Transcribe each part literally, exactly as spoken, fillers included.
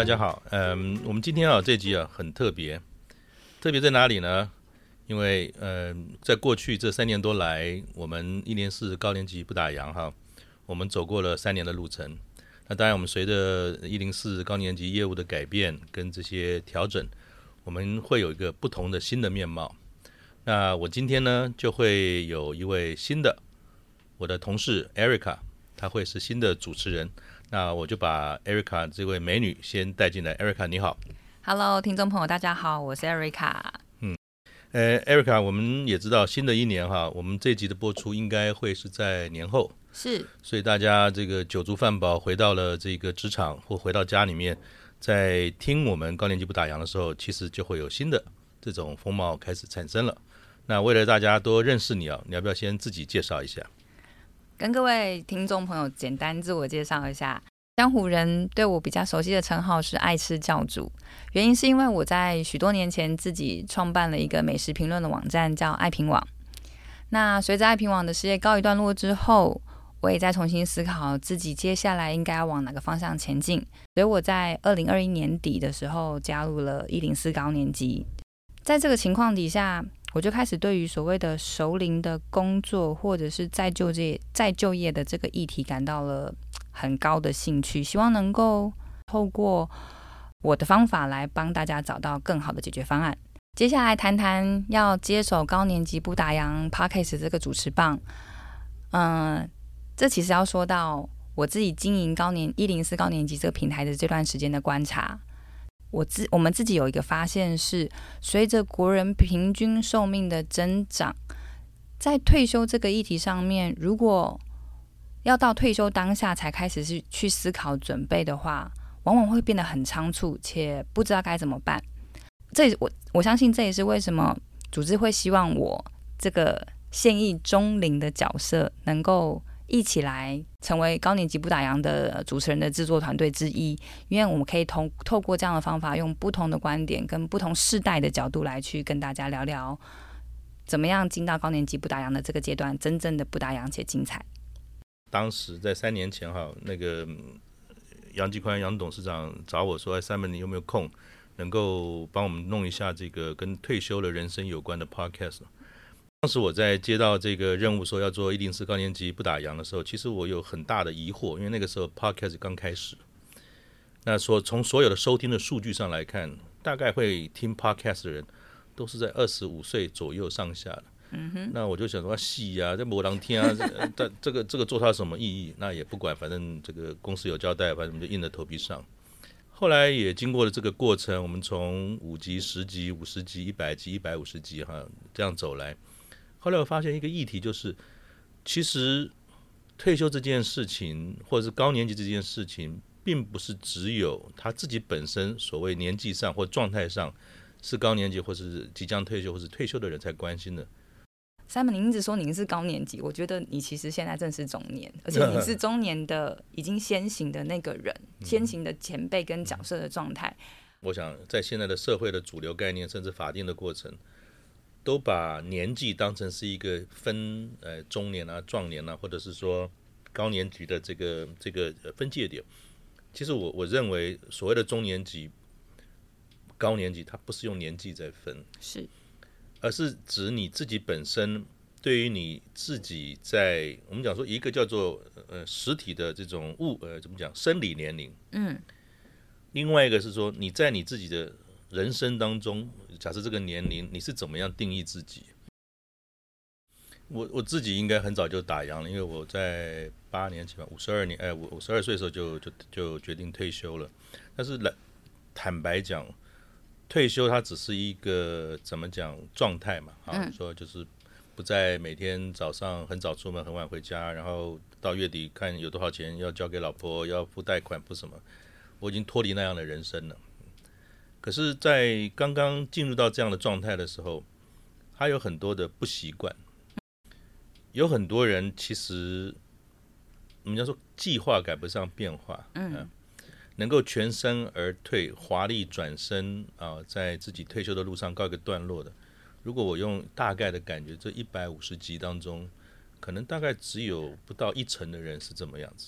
大家好，嗯，我们今天啊这集啊很特别，特别在哪里呢？因为呃，在过去这三年多来，我们一零四高年级不打烊哈，我们走过了三年的路程。那当然，我们随着一零四高年级业务的改变跟这些调整，我们会有一个不同的新的面貌。那我今天呢，就会有一位新的我的同事 Erica， 她会是新的主持人。那我就把 Erica 这位美女先带进来。Erica 你好。 Hello， 听众朋友大家好，我是 Erica。 嗯，呃 Erica 我们也知道新的一年哈，我们这集的播出应该会是在年后， 是， 所以大家这个酒足饭饱回到了这个职场或回到家里面，在听我们高年级不打烊的时候，其实就会有新的这种风貌开始产生了。那为了大家多认识你啊，你要不要先自己介绍一下？ 跟各位听众朋友简单自我介绍一下，江湖人对我比较熟悉的称号是爱吃教主，原因是因为我在许多年前自己创办了一个美食评论的网站叫爱评网。那随着爱评网的事业告一段落之后，我也在重新思考自己接下来应该要往哪个方向前进，所以我在二零二一年底的时候加入了一零四高年级。在这个情况底下，我就开始对于所谓的熟龄的工作或者是再就业再就业的这个议题感到了很高的兴趣，希望能够透过我的方法来帮大家找到更好的解决方案。接下来谈谈要接手高年级不打烊 Podcast 这个主持棒。嗯，这其实要说到我自己经营高年一零四高年级这个平台的这段时间的观察。我, 自我们自己有一个发现是，随着国人平均寿命的增长，在退休这个议题上面，如果要到退休当下才开始去思考准备的话，往往会变得很仓促，且不知道该怎么办。这也 我, 我相信这也是为什么组织会希望我这个现役中龄的角色能够一起来成为高年级不打烊的主持人的制作团队之一，因为我们可以透透过这样的方法，用不同的观点跟不同世代的角度来去跟大家聊聊，怎么样进到高年级不打烊的这个阶段，真正的不打烊且精彩。 当时在三年前哈，那个杨继宽杨董事长找我说：“哎 ，Simon， 你有没有空能够帮我们弄一下这个跟退休的人生有关的 podcast？” 当时我在接到这个任务说要做一零四高年级不打烊的时候，其实我有很大的疑惑，因为那个时候 podcast 刚开始。那说从所有的收听的数据上来看，大概会听 podcast 的人都是在二十五岁左右上下的。嗯哼，那我就想说，戏啊，这没人听啊，这这个这个做它什么意义？那也不管，反正这个公司有交代，反正我们就硬着头皮上。后来也经过了这个过程，我们从五集、十集、五十集、一百集、一百五十集哈这样走来。后来我发现一个议题，就是其实退休这件事情，或者是高年级这件事情，并不是只有他自己本身所谓年纪上或状态上是高年级，或是即将退休或是退休的人才关心的。 Simon， 您一直说您是高年级，我觉得你其实现在正是中年，而且你是中年的已经先行的那个人，先行的前辈跟角色的状态。 我想在现在的社会的主流概念，甚至法定的过程，都把年纪当成是一个分呃中年啊、壮年啊，或者是说高年级的这个这个分界点。其实我我认为所谓的中年级、高年级，它不是用年纪在分， 是， 而是指你自己本身对于你自己在我们讲说一个叫做呃实体的这种物呃怎么讲生理年龄， 嗯， 另外一个是说你在你自己的人生当中，假设这个年龄你是怎么样定义自己？我我自己应该很早就打烊了，因为我在八年前吧，五十二年，哎，我五十二岁的时候就就就决定退休了。但是坦白讲，退休它只是一个怎么讲状态嘛，啊，说就是不再每天早上很早出门，很晚回家，然后到月底看有多少钱要交给老婆，要付贷款，付什么，我已经脱离那样的人生了。可是，在刚刚进入到这样的状态的时候，他有很多的不习惯，有很多人其实我们叫说计划赶不上变化，嗯，啊、能够全身而退，华丽转身啊，在自己退休的路上告一个段落的。如果我用大概的感觉，这一百五十集当中，可能大概只有不到一成的人是这么样子。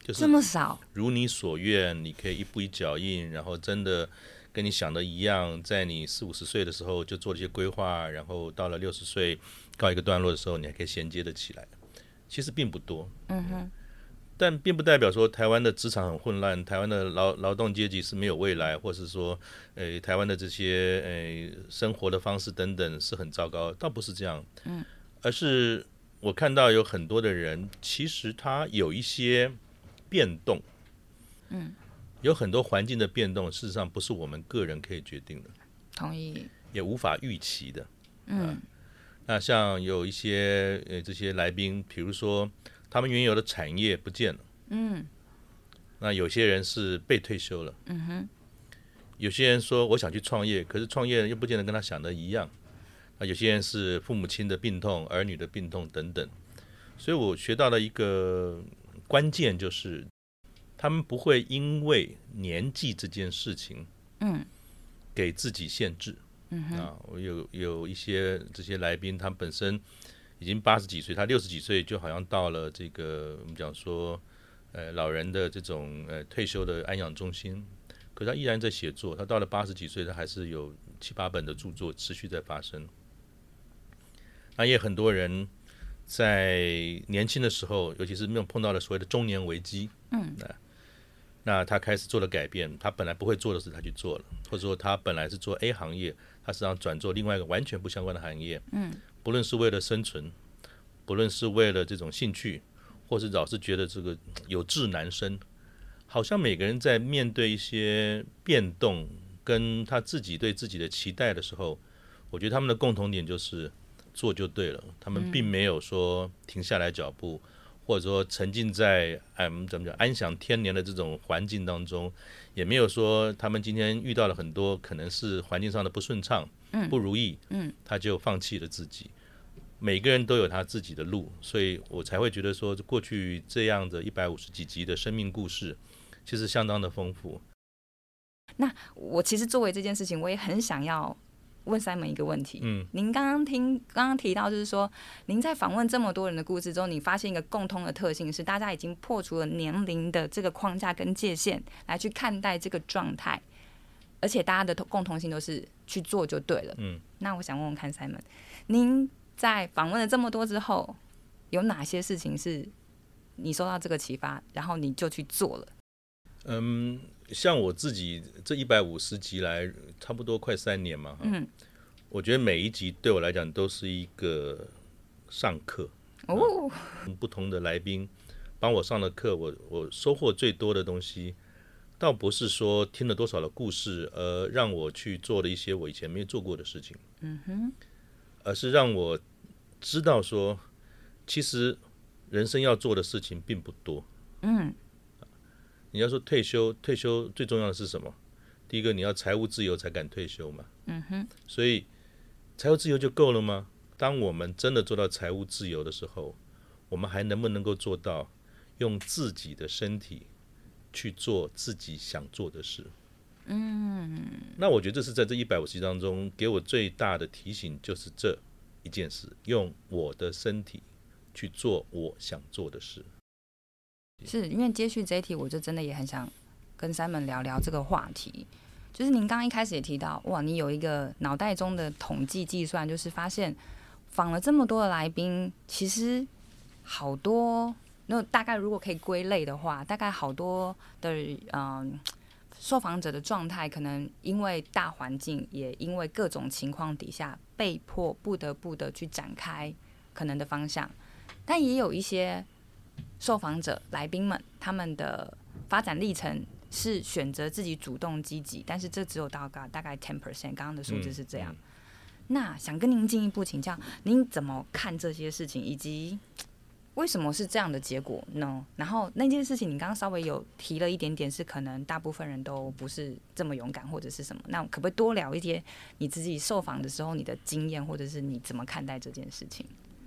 就是这么少， 如你所愿，你可以一步一脚印，然后真的跟你想的一样，在你四五十岁的时候就做了一些规划，然后到了六十岁告一个段落的时候，你还可以衔接得起来。其实并不多， 嗯哼， 但并不代表说台湾的职场很混乱，台湾的劳劳动阶级是没有未来，或是说，呃，台湾的这些呃生活的方式等等是很糟糕，倒不是这样， 嗯， 而是我看到有很多的人，其实他有一些变动， 嗯， 有很多环境的变动，事实上不是我们个人可以决定的， 同意， 也无法预期的， 嗯。 啊那像有一些呃这些来宾，比如说他们原有的产业不见了， 嗯那有些人是被退休了， 嗯哼， 有些人说我想去创业，可是创业又不见得跟他想的一样。那有些人是父母亲的病痛、儿女的病痛等等，所以我学到了一个关键，就是他们不会因为年纪这件事情， 嗯， 给自己限制。 嗯哼， 啊，我有有一些这些来宾，他本身已经八十几岁，他六十几岁就好像到了这个我们讲说，呃，老人的这种呃退休的安养中心，可是他依然在写作，他到了八十几岁，他还是有七八本的著作持续在发生。那也很多人在年轻的时候，尤其是没有碰到了所谓的中年危机， 嗯， 那他开始做了改变，他本来不会做的事他去做了，或者说他本来是做 A 行业，他实际上转做另外一个完全不相关的行业， 嗯， 不论是为了生存，不论是为了这种兴趣，或是老是觉得这个有志难伸，好像每个人在面对一些变动跟他自己对自己的期待的时候，我觉得他们的共同点就是做就对了，他们并没有说停下来脚步，或者说沉浸在嗯怎么讲安享天年的这种环境当中，也没有说他们今天遇到了很多可能是环境上的不顺畅、不如意， 嗯， 他就放弃了自己。每个人都有他自己的路，所以我才会觉得说，过去这样的一百五十几集的生命故事，其实相当的丰富。 那我其实作为这件事情，我也很想要问 Simon 一个问题。 嗯， 您刚刚听刚刚提到，就是说，您在访问这么多人的故事中，你发现一个共通的特性是，大家已经破除了年龄的这个框架跟界限，来去看待这个状态，而且大家的共同性都是去做就对了。 嗯， 那我想问问看 Simon， 您在访问了这么多之后，有哪些事情是你受到这个启发，然后你就去做了？ 嗯，像我自己这一百五十集来，差不多快三年嘛， 嗯， 我觉得每一集对我来讲都是一个上课。 哦， 不同的来宾帮我上了课，我我收获最多的东西，倒不是说听了多少的故事，而让我去做了一些我以前没有做过的事情， 嗯哼， 而是让我知道说，其实人生要做的事情并不多。 嗯， 你要说退休，退休最重要的是什么？第一个，你要财务自由才敢退休嘛。 嗯哼， 所以财务自由就够了吗？当我们真的做到财务自由的时候，我们还能不能够做到用自己的身体去做自己想做的事？ 嗯， 那我觉得这是在这一百五十集当中给我最大的提醒，就是这一件事，用我的身体去做我想做的事。 是因为接续这一题，我就真的也很想跟Simon聊聊这个话题。就是您刚刚一开始也提到，哇，你有一个脑袋中的统计计算，就是发现访了这么多的来宾，其实好多，那大概如果可以归类的话，大概好多的嗯受访者的状态，可能因为大环境，也因为各种情况底下，被迫不得不的去展开可能的方向，但也有一些受访者来宾们，他们的发展历程是选择自己主动积极，但是这只有到大概 百分之十 刚刚的数字是这样。 嗯嗯那想跟您进一步请教，您怎么看这些事情，以及为什么是这样的结果呢？然后那件事情，你刚刚稍微有提了一点点，是可能大部分人都不是这么勇敢，或者是什么？那可不可以多聊一些你自己受访的时候你的经验，或者是你怎么看待这件事情？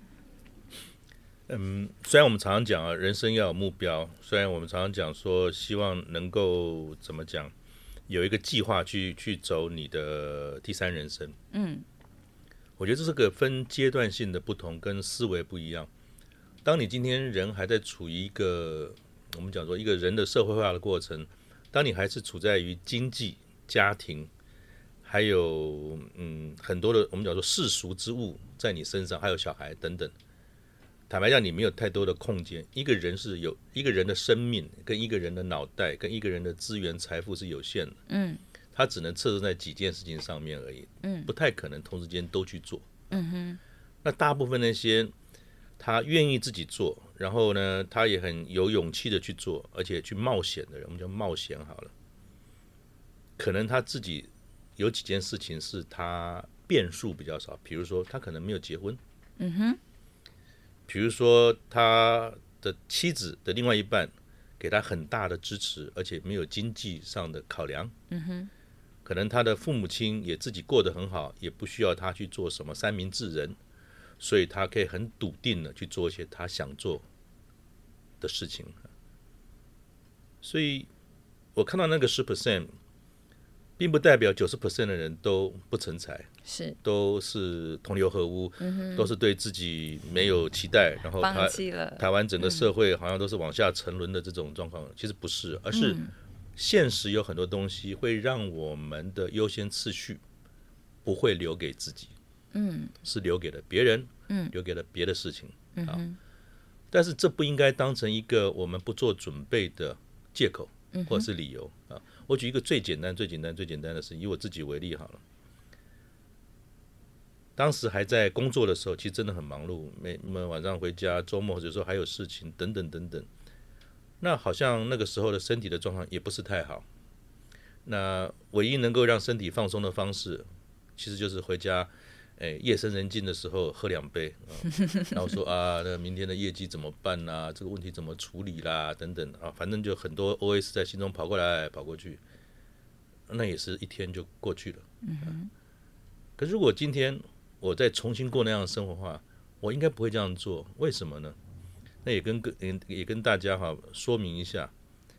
嗯，虽然我们常常讲啊，人生要有目标，虽然我们常常讲说，希望能够怎么讲，有一个计划去去走你的第三人生。 嗯， 我觉得这是个分阶段性的不同，跟思维不一样。当你今天人还在处于一个我们讲说一个人的社会化的过程，当你还是处在于经济、家庭，还有嗯很多的我们讲说世俗之物在你身上，还有小孩等等。坦白讲，你没有太多的空间。一个人是有一个人的生命，跟一个人的脑袋，跟一个人的资源财富是有限的。 嗯， 他只能侧重在几件事情上面而已。嗯，不太可能同时间都去做。 嗯哼， 那大部分那些他愿意自己做，然后呢，他也很有勇气的去做，而且去冒险的人，我们叫冒险好了。可能他自己有几件事情是他变数比较少，比如说他可能没有结婚。 嗯哼。 比如说他的妻子的另外一半给他很大的支持，而且没有经济上的考量。 嗯哼， 可能他的父母亲也自己过得很好，也不需要他去做什么三明治人，所以他可以很笃定的去做一些他想做的事情。所以我看到那个十 percent， 并不代表九十 percent 的人都不成才， 是都是同流合污， 嗯、 都是对自己没有期待，然后放弃了。 台湾整个社会好像都是往下沉沦的这种状况，嗯、其实不是，而是现实有很多东西会让我们的优先次序不会留给自己，嗯，是留给了别人，嗯，留给了别的事情，嗯哼，但是这不应该当成一个我们不做准备的借口或者是理由啊。我举一个最简单、最简单、最简单的事，以我自己为例好了。当时还在工作的时候，其实真的很忙碌，每每晚上回家，周末有时候还有事情，等等等等。那好像那个时候的身体的状况也不是太好。那唯一能够让身体放松的方式，其实就是回家，哎，夜深人静的时候喝两杯，啊、然后说啊，那明天的业绩怎么办啊？这个问题怎么处理啦？等等啊，反正就很多 O S 在心中跑过来跑过去，那也是一天就过去了。嗯、可是如果今天我再重新过那样的生活的话，我应该不会这样做。为什么呢？那也跟也跟大家哈说明一下。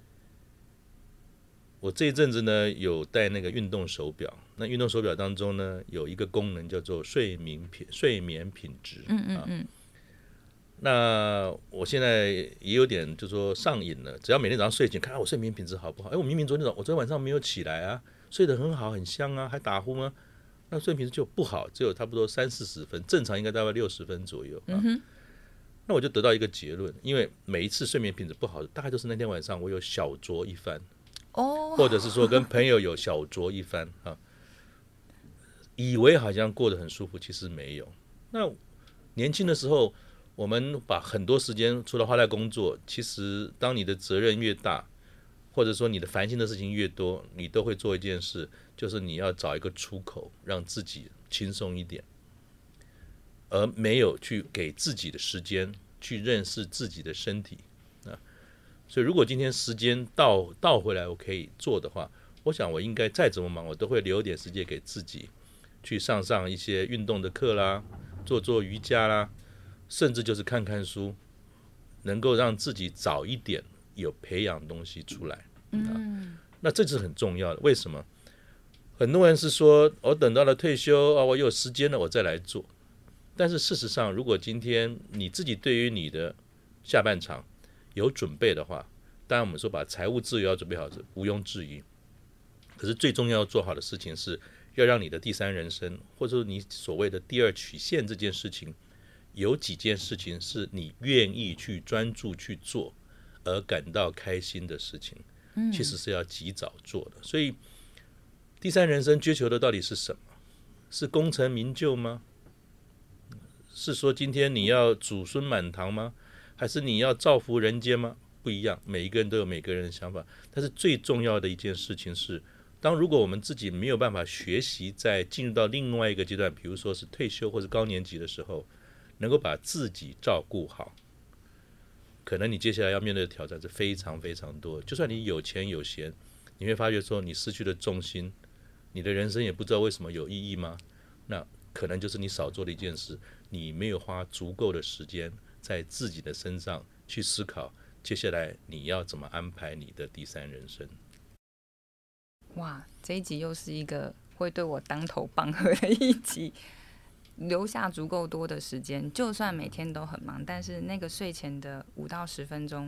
我这一阵子呢有戴那个运动手表，那运动手表当中呢有一个功能叫做睡眠品睡眠品质。嗯嗯嗯。啊、那我现在也有点就说上瘾了，只要每天早上睡前看看我睡眠品质好不好。哎，我明明昨天早我昨天晚上没有起来啊，睡得很好很香啊，还打呼吗？那睡眠品质就不好，只有差不多三四十分，正常应该大概六十分左右。啊、嗯，那我就得到一个结论，因为每一次睡眠品质不好的，大概都是那天晚上我有小酌一番。哦，或者是说跟朋友有小酌一番啊，以为好像过得很舒服，其实没有。那年轻的时候，我们把很多时间除了花在工作，其实当你的责任越大，或者说你的烦心的事情越多，你都会做一件事，就是你要找一个出口，让自己轻松一点，而没有去给自己的时间去认识自己的身体。所以如果今天时间倒倒回来我可以做的话，我想我应该再怎么忙，我都会留点时间给自己，去上上一些运动的课啦，做做瑜伽啦，甚至就是看看书，能够让自己早一点有培养东西出来。嗯，那这是很重要的。为什么？很多人是说我等到了退休啊，我有时间了我再来做。但是事实上，如果今天你自己对于你的下半场有准备的话，当然我们说把财务自由要准备好是毋庸置疑。可是最重要要做好的事情是要让你的第三人生，或者说你所谓的第二曲线这件事情，有几件事情是你愿意去专注去做而感到开心的事情，其实是要及早做的。所以第三人生追求的到底是什么？是功成名就吗？是说今天你要祖孙满堂吗？还是你要造福人间吗？不一样，每一个人都有每个人的想法。但是最重要的一件事情是，当如果我们自己没有办法学习，在进入到另外一个阶段，比如说是退休或是高年级的时候，能够把自己照顾好，可能你接下来要面对的挑战是非常非常多。就算你有钱有闲，你会发觉说你失去了重心，你的人生也不知道为什么有意义吗？那可能就是你少做的一件事，你没有花足够的时间在自己的身上去思考，接下来你要怎么安排你的第三人生。 哇，这一集又是一个会对我当头棒喝的一集。留下足够多的时间，就算每天都很忙，但是那个睡前的五到十分钟，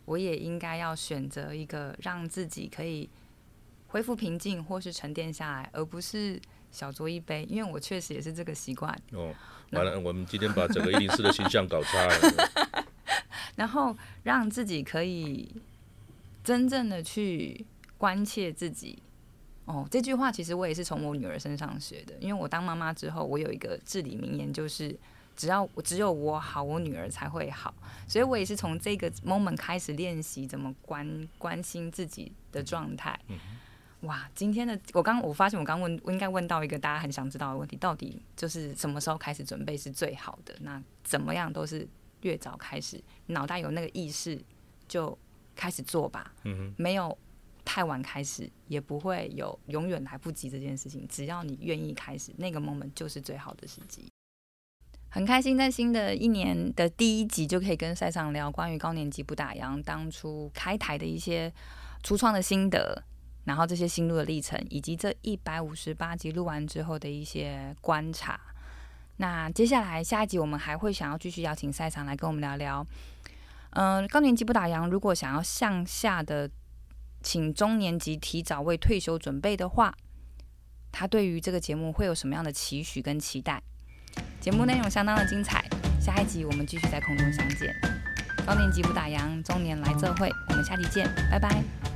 我也应该要选择一个让自己可以恢复平静或是沉淀下来，而不是小酌一杯，因为我确实也是这个习惯。 哦，完了，我们今天把整个一零四的形象搞差了。 然后让自己可以真正的去关切自己。哦，这句话其实我也是从我女儿身上学的，因为我当妈妈之后，我有一个至理名言，就是只要只有我好，我女儿才会好。所以我也是从这个 moment 开始练习怎么关关心自己的状态。嗯、哇，今天的我刚我发现我刚问，我应该问到一个大家很想知道的问题，到底就是什么时候开始准备是最好的？那怎么样都是越早开始，脑袋有那个意识就开始做吧。嗯、没有太晚开始，也不会有永远来不及这件事情。只要你愿意开始，那个 moment 就是最好的时机。很开心在新的一年的第一集就可以跟赛上聊关于高年级不打烊当初开台的一些初创的心得，然后这些心路的历程，以及这一百五十八集录完之后的一些观察。那接下来下一集我们还会想要继续邀请赛上来跟我们聊聊，呃，高年级不打烊如果想要向下的请中年级提早为退休准备的话，他对于这个节目会有什么样的期许跟期待？节目内容相当的精彩，下一集我们继续在空中相见。高年级不打烊，中年来这会，我们下集见，拜拜。